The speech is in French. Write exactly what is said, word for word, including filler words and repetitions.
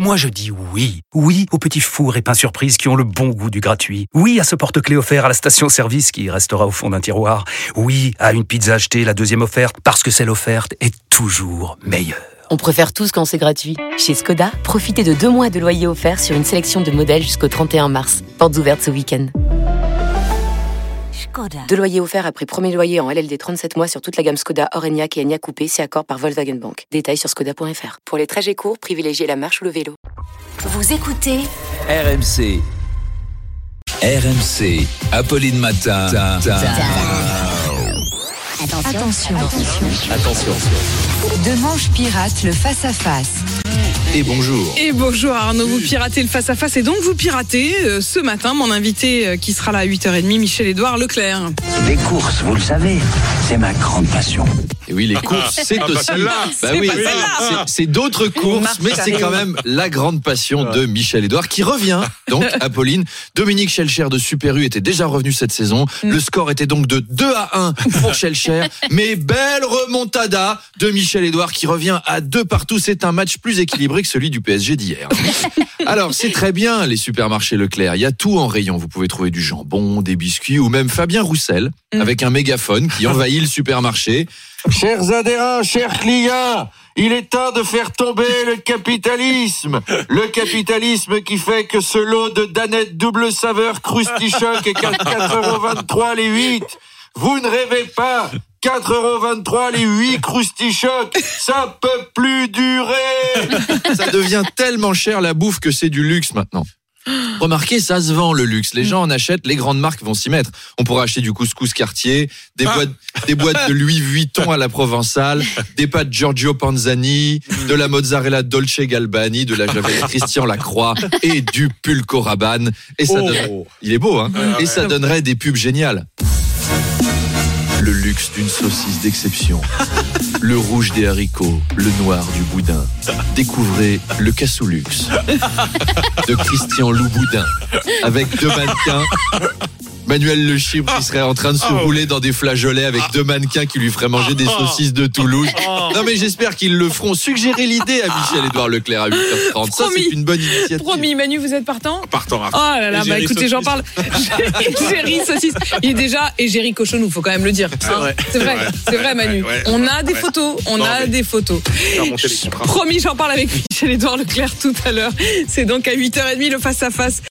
Moi je dis oui. Oui aux petits fours et pains surprises qui ont le bon goût du gratuit. Oui à ce porte-clés offert à la station-service qui restera au fond d'un tiroir. Oui à une pizza achetée, la deuxième offerte, parce que celle offerte est toujours meilleure. On préfère tous quand c'est gratuit. Chez Skoda, profitez de deux mois de loyer offert sur une sélection de modèles jusqu'au trente et un mars. Portes ouvertes ce week-end. Skoda. Deux loyers offerts après premier loyer en L L D trente-sept mois sur toute la gamme Skoda, Orenia et Enyaq Coupé, si accord par Volkswagen Bank. Détails sur skoda point f r. Pour les trajets courts, privilégiez la marche ou le vélo. Vous écoutez R M C. R M C. Apolline Matin. Ta, ta. Attention. Attention. Attention. De Manche Pirate, le face-à-face. Et bonjour. Et bonjour Arnaud, vous piratez le face-à-face et donc vous piratez euh, ce matin mon invité euh, qui sera là à huit heures trente, Michel-Édouard Leclerc. Les courses, vous le savez, c'est ma grande passion. Et oui, les courses, c'est ah, aussi. bah Bah oui, c'est, c'est d'autres courses, Marc mais c'est quand même la grande passion de Michel-Édouard qui revient. Donc, Apolline, Dominique Schelcher de Super U était déjà revenu cette saison. Mm. Le score était donc de deux à un pour Schelcher. Mais belle remontada de Michel-Édouard qui revient à deux partout. C'est un match plus équilibré que celui du P S G d'hier. Alors, c'est très bien les supermarchés Leclerc. Il y a tout en rayon. Vous pouvez trouver du jambon, des biscuits ou même Fabien Roussel Mm. avec un mégaphone qui envahit le supermarché. Chers adhérents, chers clients, il est temps de faire tomber le capitalisme. Le capitalisme qui fait que ce lot de danettes double saveur Crustichoc est quatre euros vingt-trois les huit. Vous ne rêvez pas. quatre euros vingt-trois les huit Crustichoc. Ça peut plus durer. Ça devient tellement cher la bouffe que c'est du luxe maintenant. Remarquez, ça se vend le luxe. Les gens en achètent, les grandes marques vont s'y mettre. On pourra acheter du couscous Cartier, des boîtes, des boîtes de Louis Vuitton à la Provençale, des pâtes Giorgio Panzani, de la mozzarella Dolce Galbani, de la javel Christian Lacroix et du Pulco Rabanne. Et ça donne... Il est beau, hein? Et ça donnerait des pubs géniales. Le luxe d'une saucisse d'exception. Le rouge des haricots, le noir du boudin. Découvrez le Cassoulux de Christian Louboudin avec deux mannequins. Manuel Le Chibre qui serait en train de se rouler dans des flageolets avec deux mannequins qui lui feraient manger des saucisses de Toulouse. Non mais j'espère qu'ils le feront. Suggérez l'idée à Michel-Édouard Leclerc à huit heures trente. Ça c'est une bonne initiative. Promis, Manu, vous êtes partant? Partant. Oh là là, bah écoutez, j'en parle. Égérie saucisse. Il est déjà égérie cochonou, faut quand même le dire. C'est vrai. C'est vrai, c'est vrai Manu. Ouais, ouais, on a des ouais. photos, on Non, a mais- des photos. Faire monter les contrats. Promis, j'en parle avec Michel-Édouard Leclerc tout à l'heure. C'est donc à huit heures trente le face-à-face.